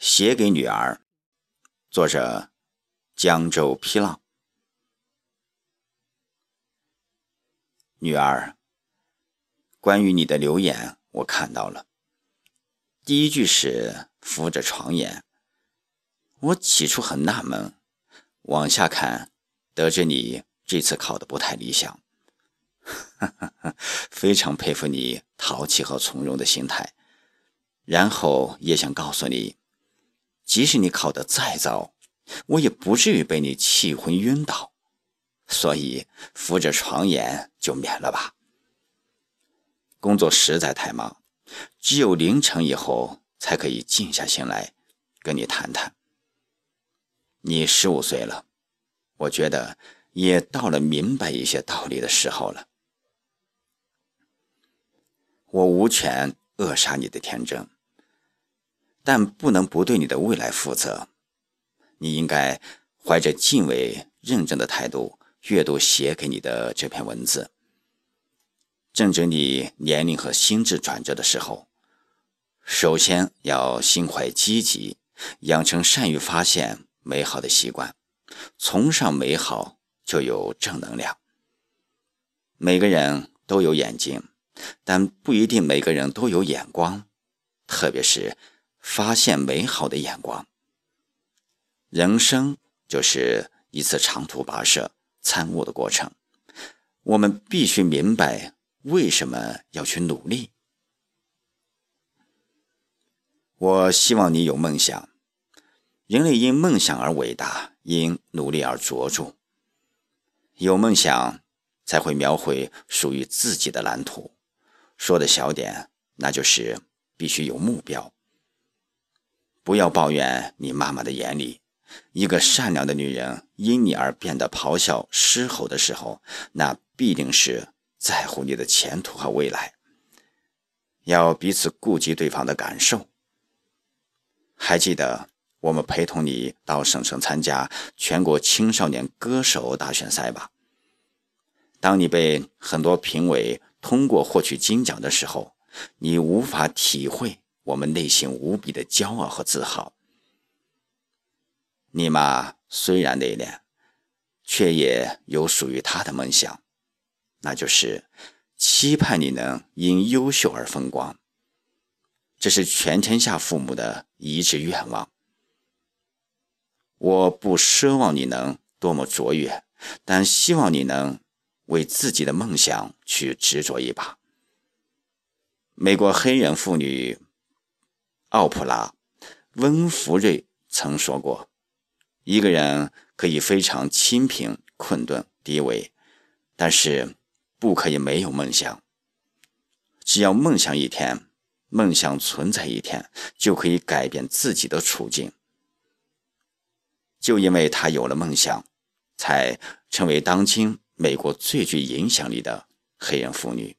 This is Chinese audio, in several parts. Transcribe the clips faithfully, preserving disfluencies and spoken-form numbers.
写给女儿，作者江州批浪。女儿，关于你的留言我看到了。第一句是扶着床沿，我起初很纳闷，往下看得知你这次考得不太理想。非常佩服你淘气和从容的心态，然后也想告诉你，即使你考得再糟，我也不至于被你气昏晕倒，所以扶着床沿就免了吧。工作实在太忙，只有凌晨以后才可以静下心来跟你谈谈。你十五岁了，我觉得也到了明白一些道理的时候了。我无权扼杀你的天真，但不能不对你的未来负责。你应该怀着敬畏认真的态度阅读写给你的这篇文字。正值你年龄和心智转折的时候，首先要心怀积极，养成善于发现美好的习惯，崇尚美好就有正能量。每个人都有眼睛，但不一定每个人都有眼光，特别是发现美好的眼光。人生就是一次长途跋涉参悟的过程，我们必须明白为什么要去努力。我希望你有梦想，人类因梦想而伟大，因努力而卓著。有梦想才会描绘属于自己的蓝图，说的小点，那就是必须有目标。不要抱怨你妈妈的严厉，一个善良的女人因你而变得咆哮狮吼的时候，那必定是在乎你的前途和未来。要彼此顾及对方的感受。还记得我们陪同你到省城参加全国青少年歌手大选赛吧？当你被很多评委通过获取金奖的时候，你无法体会我们内心无比的骄傲和自豪。你妈虽然内敛，却也有属于她的梦想，那就是期盼你能因优秀而风光。这是全天下父母的一致愿望。我不奢望你能多么卓越，但希望你能为自己的梦想去执着一把。美国黑人妇女奥普拉·温弗瑞曾说过，一个人可以非常清贫、困顿、低微，但是不可以没有梦想。只要梦想一天，梦想存在一天，就可以改变自己的处境。就因为他有了梦想，才成为当今美国最具影响力的黑人妇女。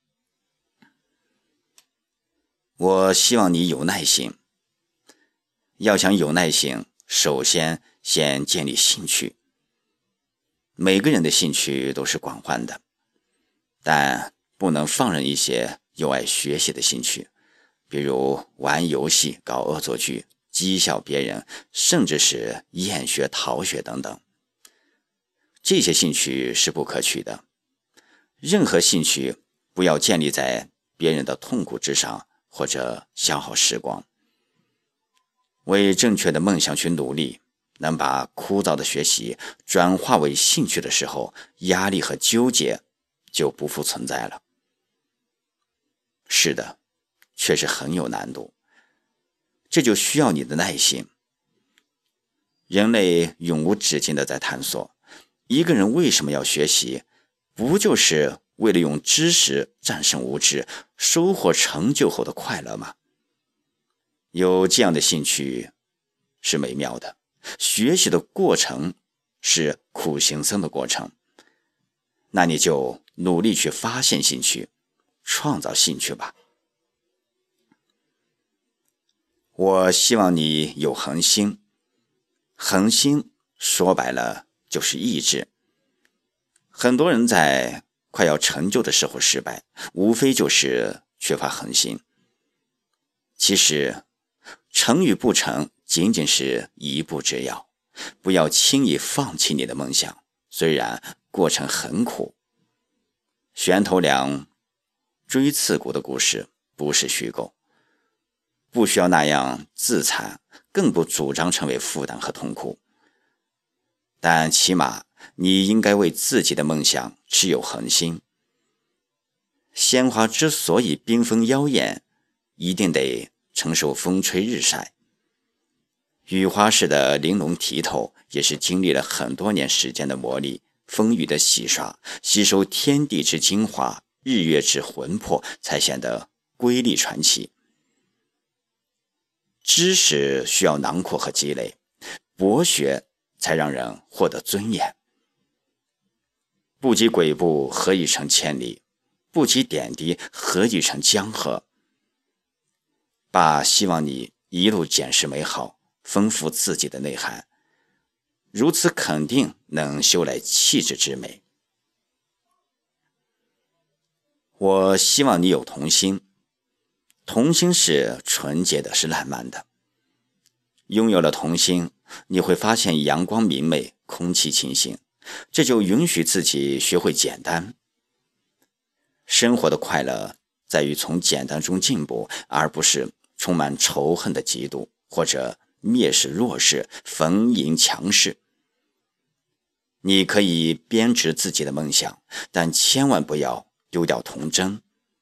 我希望你有耐心。要想有耐心，首先先建立兴趣。每个人的兴趣都是广泛的，但不能放任一些有爱学习的兴趣，比如玩游戏、搞恶作剧、讥笑别人，甚至是厌学、逃学等等。这些兴趣是不可取的。任何兴趣不要建立在别人的痛苦之上，或者消耗时光。为正确的梦想去努力，能把枯燥的学习转化为兴趣的时候，压力和纠结就不复存在了。是的，确实很有难度，这就需要你的耐心。人类永无止境的在探索，一个人为什么要学习？不就是为了用知识战胜无知，收获成就后的快乐吗？有这样的兴趣是美妙的，学习的过程是苦行僧的过程。那你就努力去发现兴趣，创造兴趣吧。我希望你有恒心。恒心说白了就是意志。很多人在快要成就的时候失败，无非就是缺乏恒心。其实成与不成仅仅是一步之遥，不要轻易放弃你的梦想，虽然过程很苦。悬头梁锥刺股的故事不是虚构，不需要那样自残，更不主张成为负担和痛苦。但起码你应该为自己的梦想持有恒心。鲜花之所以缤纷妖艳，一定得承受风吹日晒。雨花式的玲珑剔透，也是经历了很多年时间的磨砺，风雨的洗刷，吸收天地之精华，日月之魂魄，才显得瑰丽传奇。知识需要囊括和积累，博学才让人获得尊严。不积跬步，何以成千里？不积点滴，何以成江河？爸希望你一路检视美好，丰富自己的内涵，如此肯定能修来气质之美。我希望你有童心，童心是纯洁的，是烂漫的。拥有了童心，你会发现阳光明媚，空气清新，这就允许自己学会简单。生活的快乐在于从简单中进步，而不是充满仇恨的嫉妒，或者蔑视弱势，逢迎强势。你可以编织自己的梦想，但千万不要丢掉童真。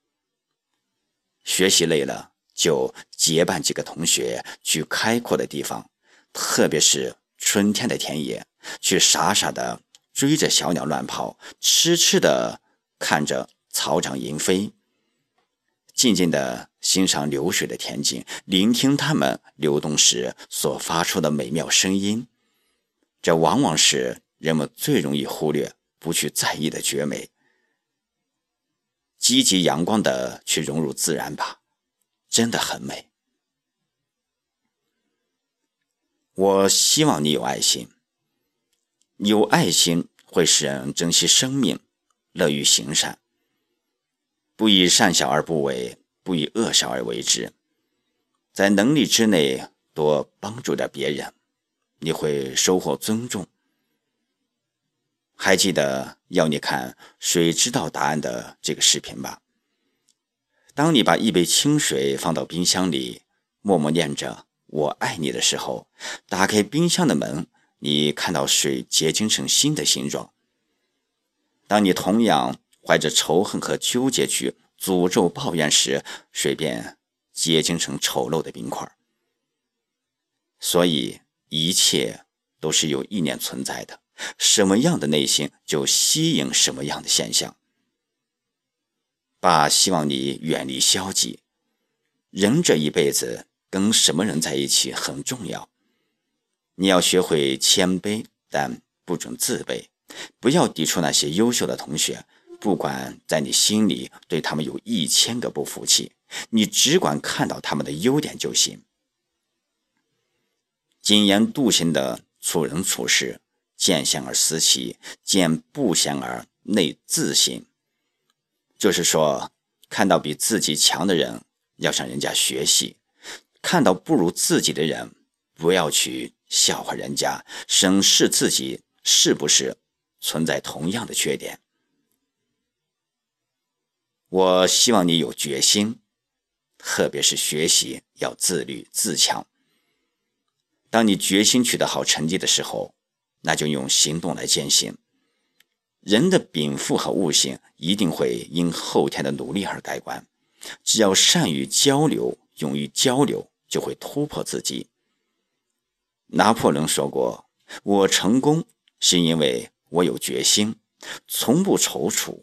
学习累了，就结伴几个同学去开阔的地方，特别是春天的田野，去傻傻的追着小鸟乱跑，痴痴的看着草长莺飞，静静地欣赏流水的恬静，聆听它们流动时所发出的美妙声音。这往往是人们最容易忽略、不去在意的绝美。积极阳光地去融入自然吧，真的很美。我希望你有爱心，有爱心会使人珍惜生命，乐于行善。不以善小而不为，不以恶小而为之。在能力之内多帮助点别人，你会收获尊重。还记得要你看谁知道答案的这个视频吧？当你把一杯清水放到冰箱里，默默念着我爱你的时候，打开冰箱的门，你看到水结晶成新的形状。当你同样怀着仇恨和纠结去诅咒抱怨时，水便结晶成丑陋的冰块。所以一切都是有意念存在的，什么样的内心就吸引什么样的现象。爸希望你远离消极，人这一辈子跟什么人在一起很重要。你要学会谦卑，但不准自卑，不要抵触那些优秀的同学，不管在你心里对他们有一千个不服气，你只管看到他们的优点就行。谨言笃行的处人处事，见贤而思齐，见不贤而内自省。就是说，看到比自己强的人，要向人家学习；看到不如自己的人，不要去笑话人家，审视自己是不是存在同样的缺点。我希望你有决心，特别是学习要自律自强。当你决心取得好成绩的时候，那就用行动来践行。人的禀赋和悟性一定会因后天的努力而改观，只要善于交流，勇于交流，就会突破自己。拿破仑说过，我成功是因为我有决心，从不踌躇。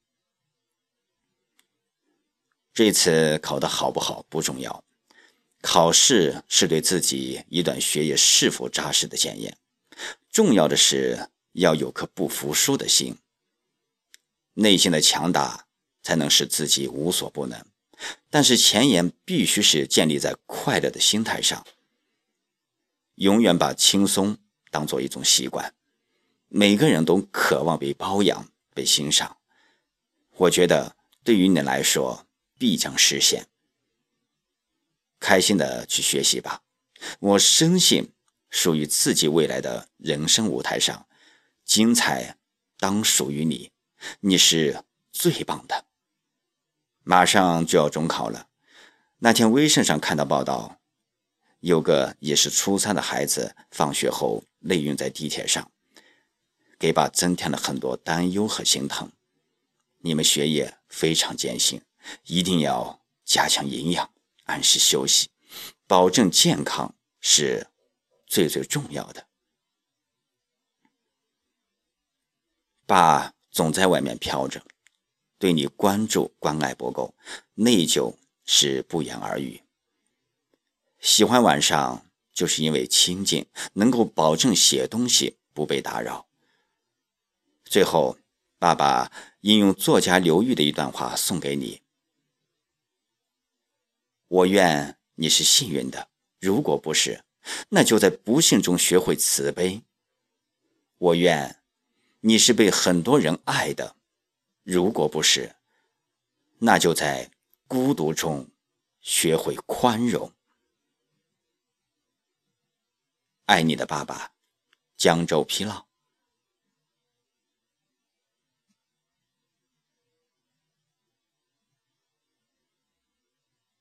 这次考得好不好不重要，考试是对自己一段学业是否扎实的检验，重要的是要有颗不服输的心。内心的强大才能使自己无所不能，但是前沿必须是建立在快乐的心态上。永远把轻松当作一种习惯，每个人都渴望被包养，被欣赏。我觉得对于你来说必将实现。开心的去学习吧， 我深信属于自己未来的人生舞台上，精彩当属于你，你是最棒的。马上就要中考了，那天微信上看到报道，有个也是初三的孩子放学后累晕在地铁上，给爸增添了很多担忧和心疼。你们学业非常艰辛，一定要加强营养，按时休息，保证健康是最最重要的。爸总在外面飘着，对你关注关爱不够，内疚是不言而喻。喜欢晚上就是因为清静，能够保证写东西不被打扰。最后，爸爸引用作家刘玉的一段话送给你：我愿你是幸运的，如果不是，那就在不幸中学会慈悲。我愿你是被很多人爱的，如果不是，那就在孤独中学会宽容。爱你的爸爸，江州疲劳。